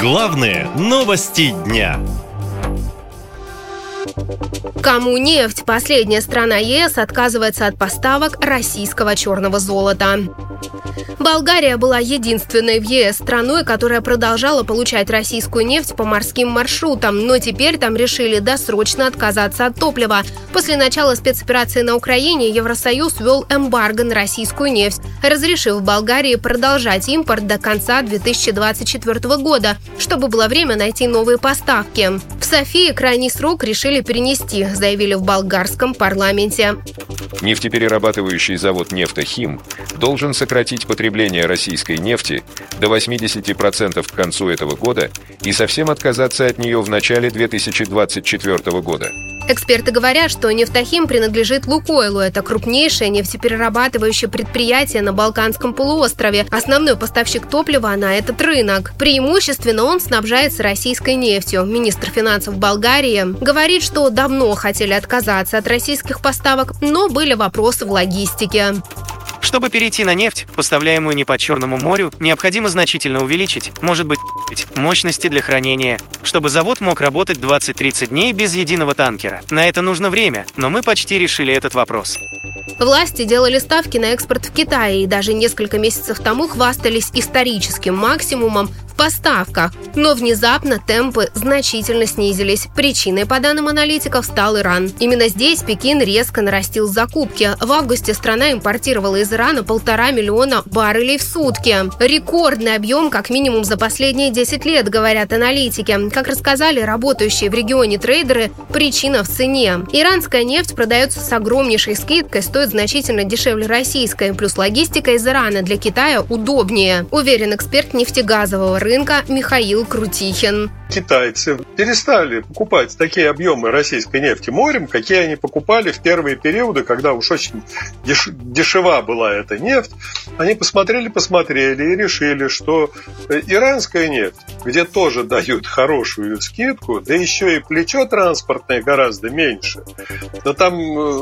Главные новости дня. Кому нефть? Последняя страна ЕС отказывается от поставок российского черного золота. Болгария была единственной в ЕС страной, которая продолжала получать российскую нефть по морским маршрутам, но теперь там решили досрочно отказаться от топлива. После начала спецоперации на Украине Евросоюз ввел эмбарго на российскую нефть, разрешив Болгарии продолжать импорт до конца 2024 года, чтобы было время найти новые поставки. В Софии крайний срок решили перенести, заявили в болгарском парламенте. Нефтеперерабатывающий завод «Нефтохим» должен сократить потребление российской нефти до 80% к концу этого года и совсем отказаться от нее в начале 2024 года. Эксперты говорят, что «Нефтохим» принадлежит «Лукойлу». Это крупнейшее нефтеперерабатывающее предприятие на Балканском полуострове. Основной поставщик топлива на этот рынок. Преимущественно он снабжается российской нефтью. Министр финансов Болгарии говорит, что давно хотели отказаться от российских поставок, но были вопросы в логистике. Чтобы перейти на нефть, поставляемую не по Черному морю, необходимо значительно увеличить, может быть, мощности для хранения, чтобы завод мог работать 20-30 дней без единого танкера. На это нужно время, но мы почти решили этот вопрос. Власти делали ставки на экспорт в Китай и даже несколько месяцев тому хвастались историческим максимумом в поставках. Но внезапно темпы значительно снизились. Причиной, по данным аналитиков, стал Иран. Именно здесь Пекин резко нарастил закупки. В августе страна импортировала из Ирана 1,5 миллиона баррелей в сутки. Рекордный объем как минимум за последние 10 лет, говорят аналитики. Как рассказали работающие в регионе трейдеры, причина в цене. Иранская нефть продается с огромнейшей скидкой, стоит значительно дешевле российской. Плюс логистика из Ирана для Китая удобнее, уверен эксперт нефтегазового рынка Михаил Крутихин. Китайцы перестали покупать такие объемы российской нефти морем, какие они покупали в первые периоды, когда уж очень дешева была эта нефть. Они посмотрели и решили, что иранская нефть, где тоже дают хорошую скидку, да еще и плечо транспортное гораздо меньше, но там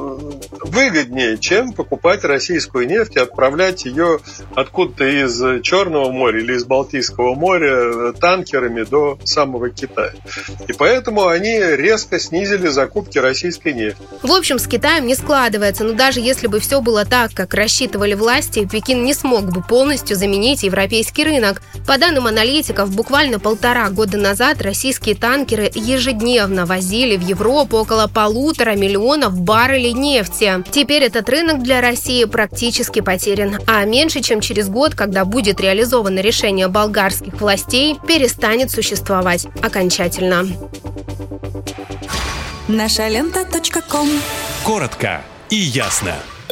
выгоднее, чем покупать российскую нефть и отправлять ее откуда-то из Черного моря или из Балтийского моря танкерами до самого Китая. И поэтому они резко снизили закупки российской нефти. В общем, с Китаем не складывается, но даже если бы все было так, как рассчитывали власти, Пекин не смог бы полностью заменить европейский рынок. По данным аналитиков, буквально 1,5 года назад российские танкеры ежедневно возили в Европу около 1,5 миллиона баррелей нефти. Теперь этот рынок для России практически потерян, а меньше чем через год, когда будет реализовано решение болгарских властей, перестанет существовать окончательно. Нашалента.ком. Коротко и ясно.